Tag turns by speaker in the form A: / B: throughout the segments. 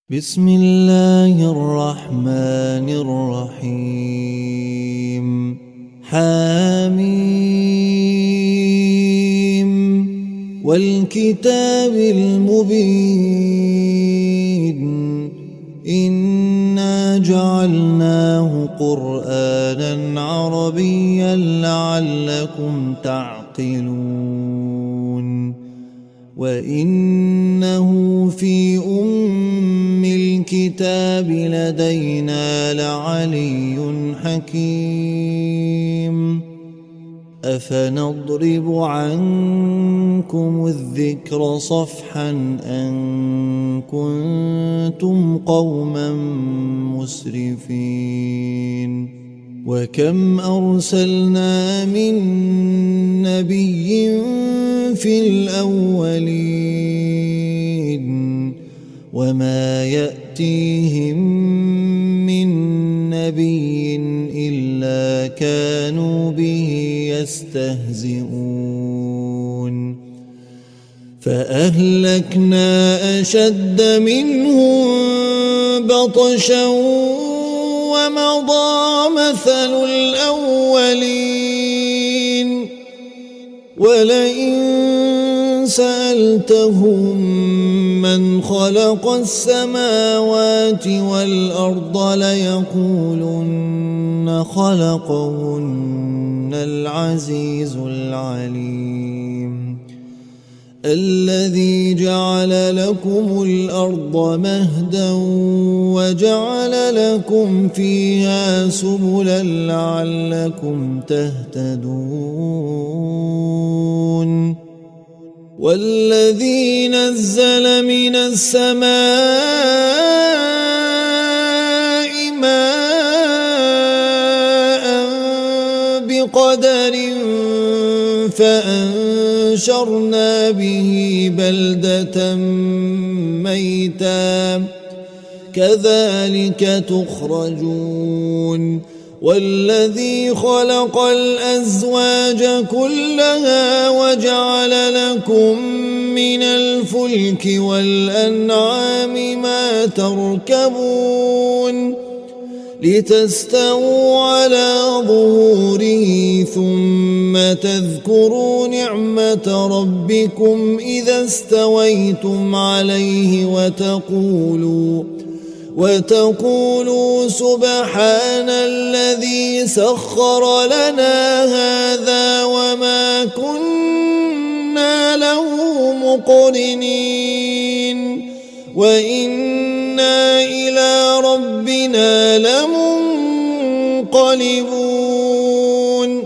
A: بسم الله الرحمن الرحيم حميم والكتاب المبين إنا جعلناه قرآنا عربيا لعلكم تعقلون وإنه في الكتاب لدينا لعلي حكيم أفنضرب عنكم الذكر صفحا أن كنتم قوما مسرفين وكم أرسلنا من نبي في الأولين وما يأتيهم من نبي إلا كانوا به يستهزئون فأهلكنا أشد منهم بطشا ومضى مثل الأولين ولئن سألتهم من خلق السماوات والأرض ليقولن خلقهن العزيز العليم الذي جعل لكم الأرض مهدا وجعل لكم فيها سبلا لعلكم تهتدون والذي نزل من السماء ماء بقدر فأنشرنا به بلدة ميتا كذلك تخرجون والذي خلق الأزواج كلها وجعل لكم من الفلك والأنعام ما تركبون لتستووا على ظهوره ثم تذكروا نعمة ربكم إذا استويتم عليه وتقولوا سبحان الذي سخر لنا هذا وما كنا له مقرنين وإنا إلى ربنا لمنقلبون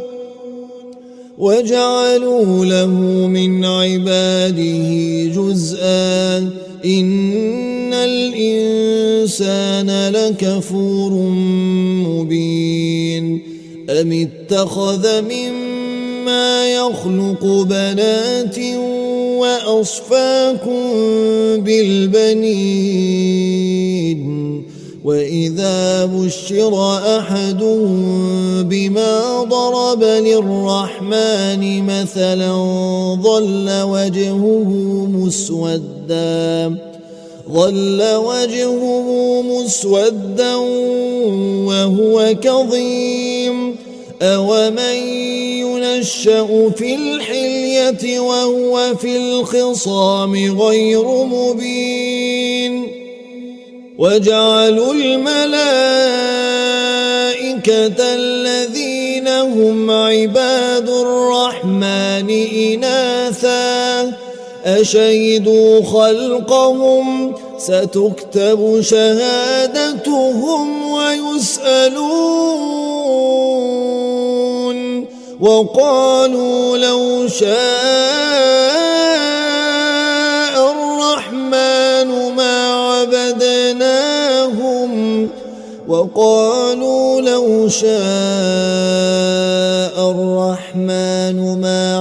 A: وجعلوا له من عباده جزءا إن الإنسان لكفور مبين أم اتخذ مما يخلق بنات وأصفاكم بالبنين وإذا بشر أحدهم بما ضرب للرحمن مثلا ظل وجهه مسودا وهو كظيم أومن ينشأ في الحلية وهو في الخصام غير مبين وجعلوا الملائكة الذين هم عباد الرحمن إناثا أشهدوا خلقهم ستكتب شهادتهم ويسألون وقالوا لو شاء الرحمن ما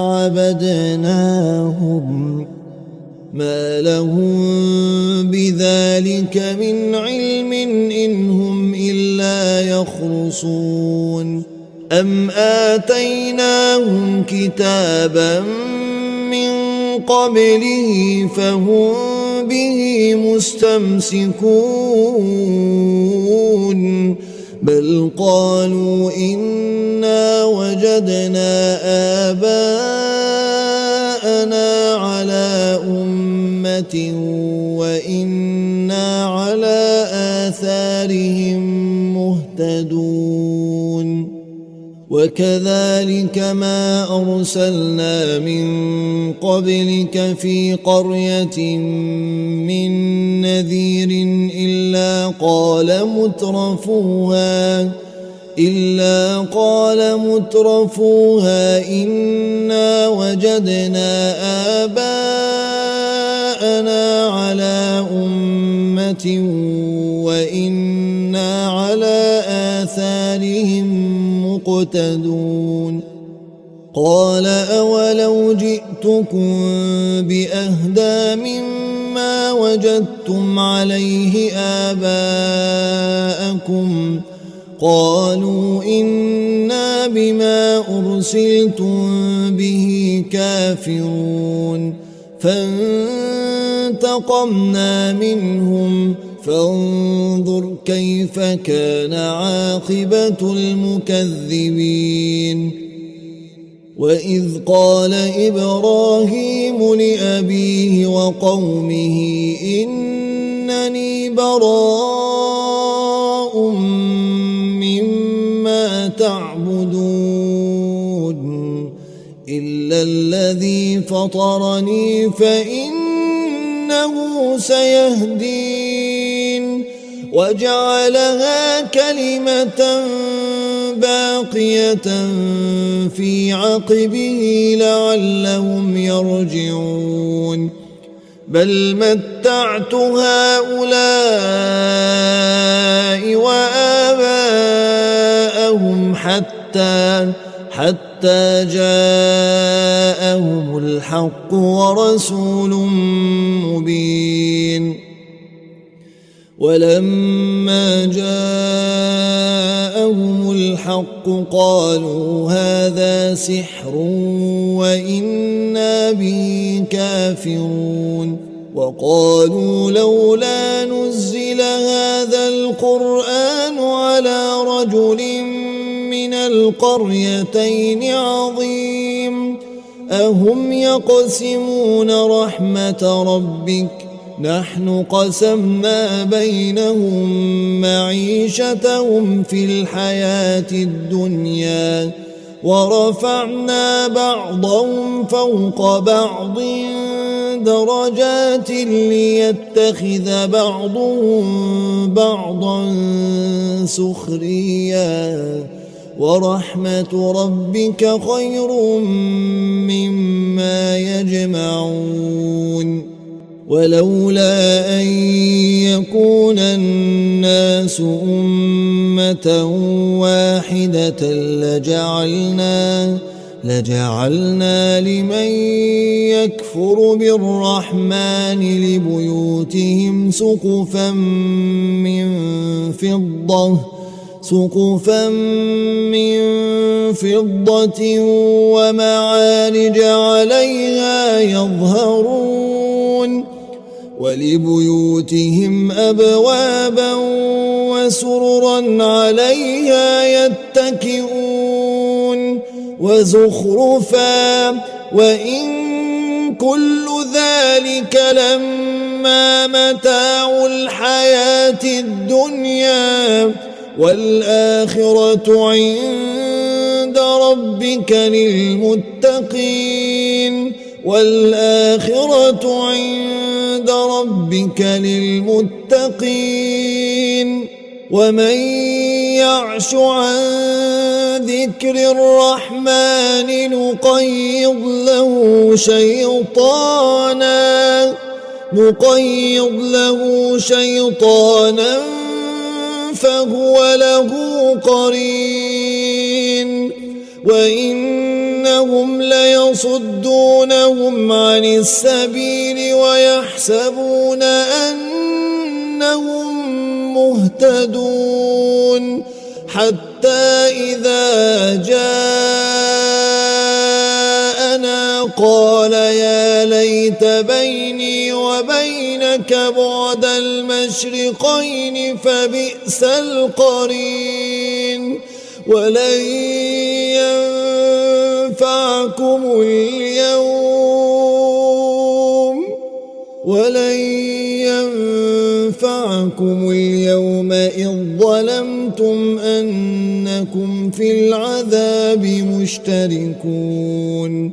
A: عبدناهم ما لهم بذلك من علم إن هم إلا يخرصون أم آتيناهم كتابا من قبله فهم به مستمسكون بل قالوا إنا وجدنا آباءنا على أمة وإنا على آثارهم مهتدون وكذلك ما أرسلنا من قبلك في قرية من نذير إلا قال مترفوها إنا وجدنا آباءنا على أمة وإنا على آثارهم مقتدون قال أولو جئتكم بأهدى مما وجدتم عليه آباءكم قالوا إنا بما أرسلتم به كافرون فانتقمنا منهم فانظر كيف كان عاقبة المكذبين وإذ قال إبراهيم لأبيه وقومه إنني براء مما تعبدون إلا الذي فطرني فإنه سيهدين وجعلها كلمة باقية في عقبه لعلهم يرجعون بل متعت هؤلاء وآباءهم حتى جاءهم الحق ورسول مبين ولما جاءهم الحق قالوا هذا سحر وإنا به كافرون وقالوا لولا نزل هذا القرآن على رجل من القريتين عظيم أهم يقسمون رحمة ربك نحن قسمنا بينهم معيشتهم في الحياة الدنيا ورفعنا بعضهم فوق بعض درجات ليتخذ بعضهم بعضا سخريا ورحمة ربك خير مما يجمعون ولولا أن يكون الناس أمة واحدة لجعلنا لمن يكفر بالرحمن لبيوتهم سقفا من فضة ومعارج عليها يظهرون ولبيوتهم أبوابا وسررا عليها يتكئون وزخرفا وإن كل ذلك لما متاع الحياة الدنيا والآخرة عند ربك للمتقين ومن يعش عن ذكر الرحمن نقيض له شيطانا فهو له قرين وإنهم ليصدونهم عن السبيل ويحسبون أنهم مهتدون حتى إذا جاءنا قال يا ليت بيني وبينك بعد المشرقين فبئس القرين ولن ينفعكم اليوم إذ ظلمتم أنكم في العذاب مشتركون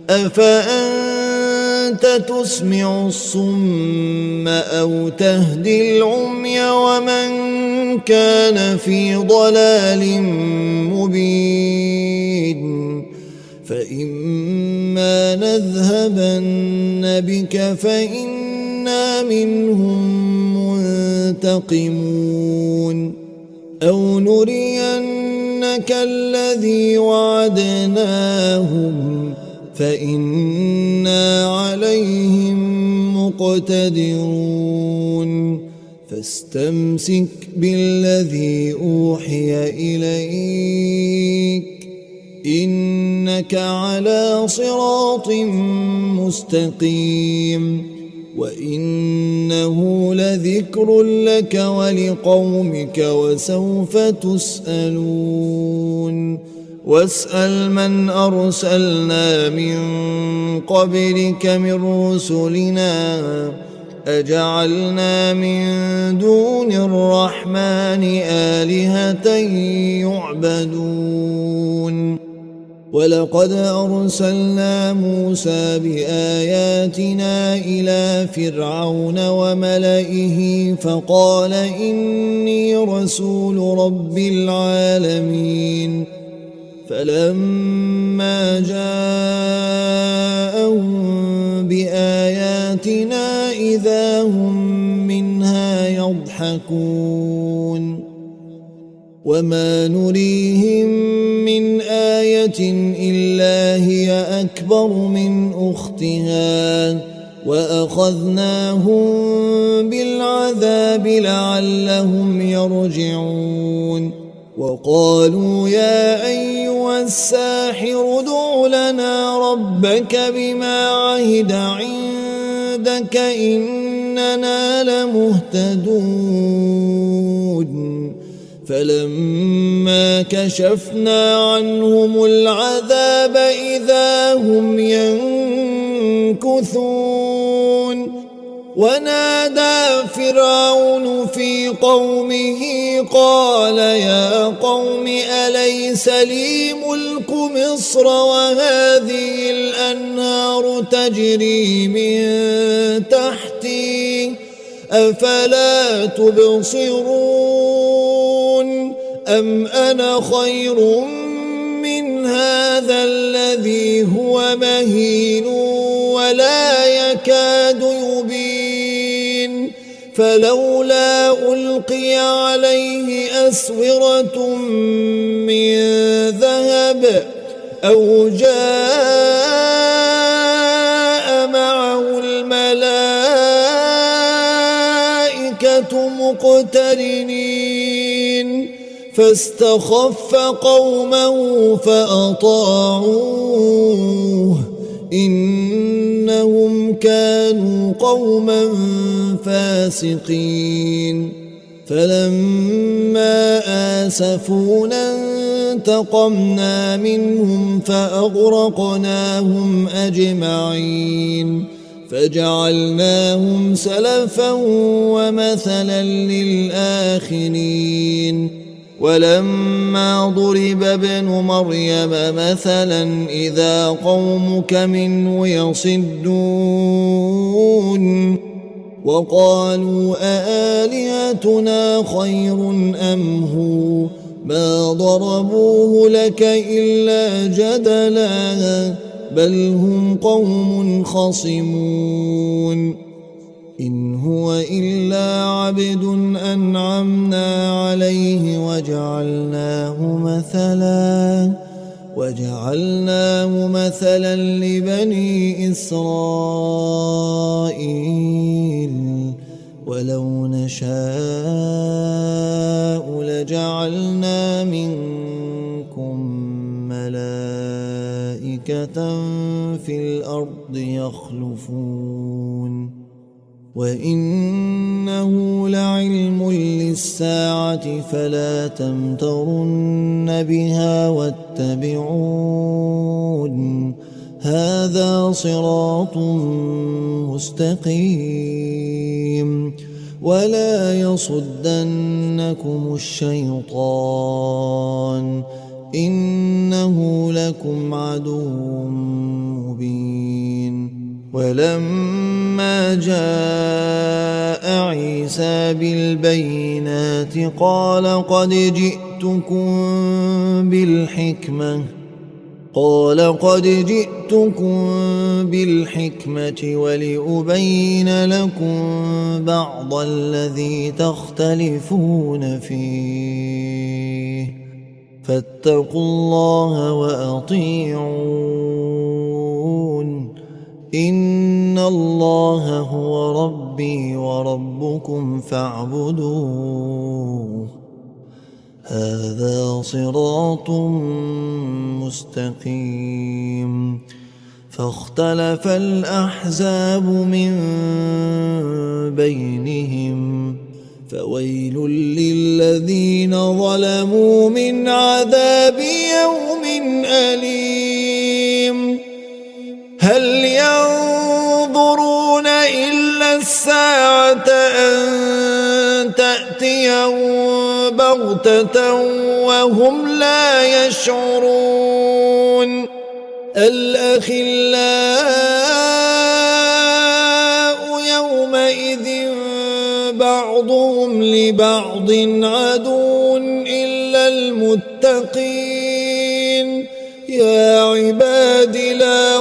A: أفأنت تسمع الصم أو تهدي العمي ومن كان في ضلال مبين فإما نذهبن بك فإنا منهم منتقمون أو نرينك الذي وعدناهم فإنا عليهم مقتدرون فاستمسك بالذي أوحي إليك إنك على صراط مستقيم وإنه لذكر لك ولقومك وسوف تسألون واسأل من أرسلنا من قبلك من رسلنا أجعلنا من دون الرحمن آلهة يعبدون ولقد أرسلنا موسى بآياتنا إلى فرعون وملئه فقال إني رسول رب العالمين فلما جاءهم بآياتنا إذا هم منها يضحكون وما نريهم من آية إلا هي أكبر من أختها وأخذناهم بالعذاب لعلهم يرجعون وقالوا يا أيها الساحر ادع لنا ربك بما عهد عندك إننا لمهتدون فلما كشفنا عنهم العذاب إذا هم ينكثون ونادى فرعون في قومه قال يا قوم أليس لي ملك مصر وهذه الأنهار تجري من تحتي أفلا تبصرون أم أنا خير من هذا الذي هو مهين ولا يكاد يبين فلولا ألقي عليه أسورة من ذهب أو جاء معه الملائكة مقترنين فاستخف قومه فأطاعوه إنهم كانوا قوما فاسقين فلما آسفونا انتقمنا منهم فأغرقناهم أجمعين فجعلناهم سلفا ومثلا للآخرين ولما ضرب ابن مريم مثلا إذا قومك منه يصدون وقالوا أآلهتنا خير أم هو ما ضربوه لك إلا جدلا بل هم قوم خصمون إن هو إلا عبد أنعمنا عليه وجعلناه مثلا لبني إسرائيل ولو نشاء لجعلنا منكم ملائكة في الأرض الأرض يخلفون وإنه لعلم للساعة فلا تمترن بها واتبعون هذا صراط مستقيم ولا يصدنكم الشيطان إنه لكم عدو مبين ولما جاء عيسى بالبينات قال قد جئتكم بالحكمة ولأبين لكم بعض الذي تختلفون فيه فاتقوا الله وأطيعون إن الله هو ربي وربكم فاعبدوه هذا صراط مستقيم فاختلف الأحزاب من بينهم فويل للذين ظلموا من عذاب يوم أليم هل ينظرون إلا الساعة أن تأتيهم بغتة وهم لا يشعرون الأخلاء يومئذ بعضهم لبعض عدو إلا المتقين يا عباد لا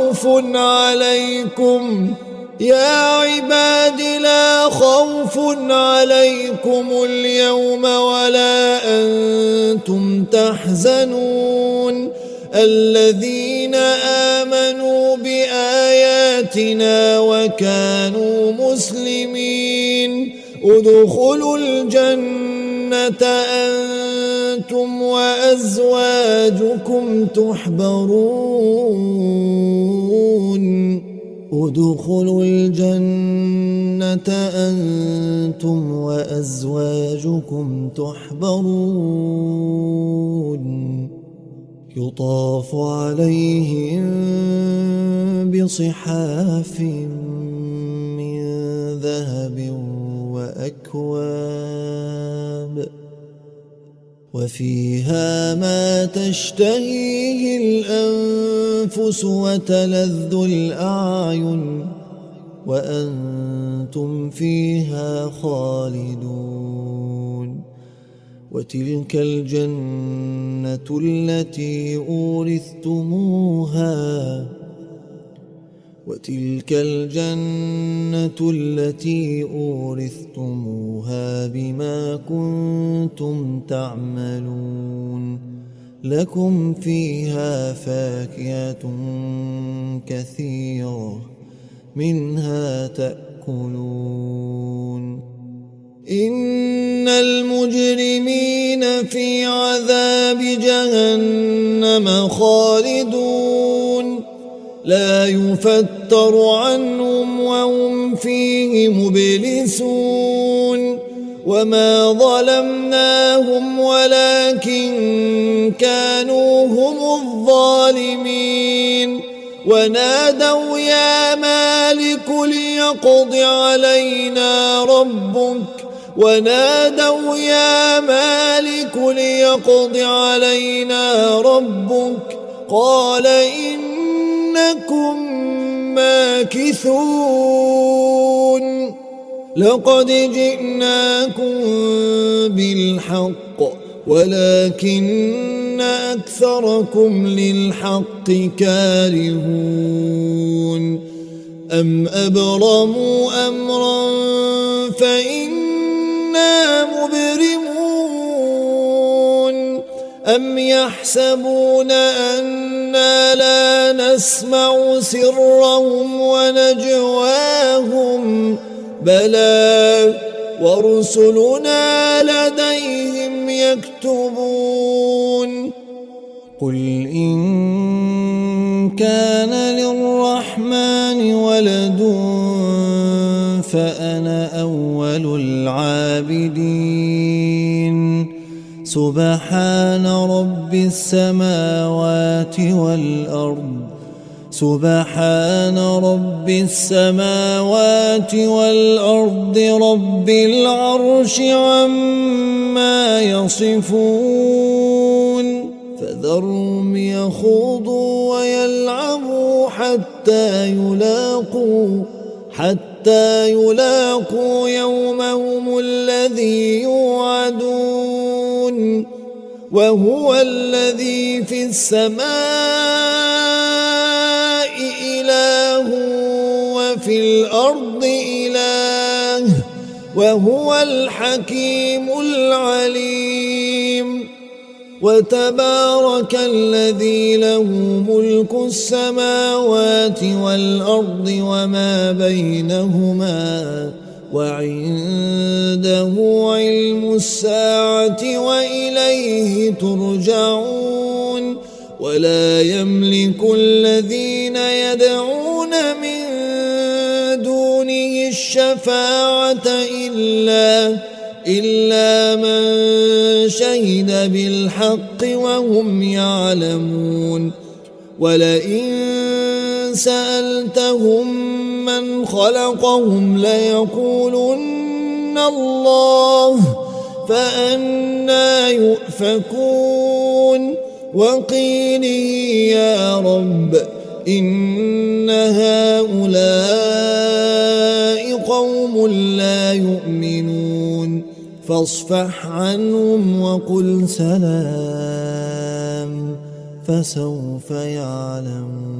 A: خوف عليكم اليوم ولا أنتم تحزنون الذين آمنوا بآياتنا وكانوا مسلمين ادخلوا الجنة أنتم وأزواجكم تحبرون يطاف عليهم بصحاف من ذهب وأكواب وفيها ما تشتهيه الأنفس وتلذ الأعين وأنتم فيها خالدون وتلك الجنة التي أورثتموها بما كنتم تعملون لكم فيها فاكهة كثيرة منها تأكلون إن المجرمين في عذاب جهنم خالدون لا يفتر عنهم وهم فيه مبلسون وما ظلمناهم ولكن كانوا هم الظالمين ونادوا يا مالك ليقض علينا ربك قال إنكم ماكثون لقد جئناكم بالحق ولكن أكثركم للحق كارهون أم أبرموا أمرا فإنا مبرمون أم يحسبون أنا لا نسمع سرهم ونجواهم بلى ورسلنا لديهم يكتبون قل إن كان للرحمن ولد فأنا أول العابدين سبحان رب السماوات والأرض سبحان رب السماوات والأرض رب العرش عما يصفون فذرهم يخوضوا ويلعبوا حتى يلاقوا يومهم الذي يوعدون وهو الذي في السماء إله وفي الأرض إله وهو الحكيم العليم وتبارك الذي له ملك السماوات والأرض وما بينهما وعنده علم الساعة وإليه ترجعون ولا يملك الذين يدعون من دونه الشفاعة إلا من شهد بالحق وهم يعلمون ولئن سألتهم من خلقهم ليقولن الله فأنى يؤفكون وقيله يا رب إن هؤلاء قوم لا يؤمنون فاصفح عنهم وقل سلام فسوف يعلمون.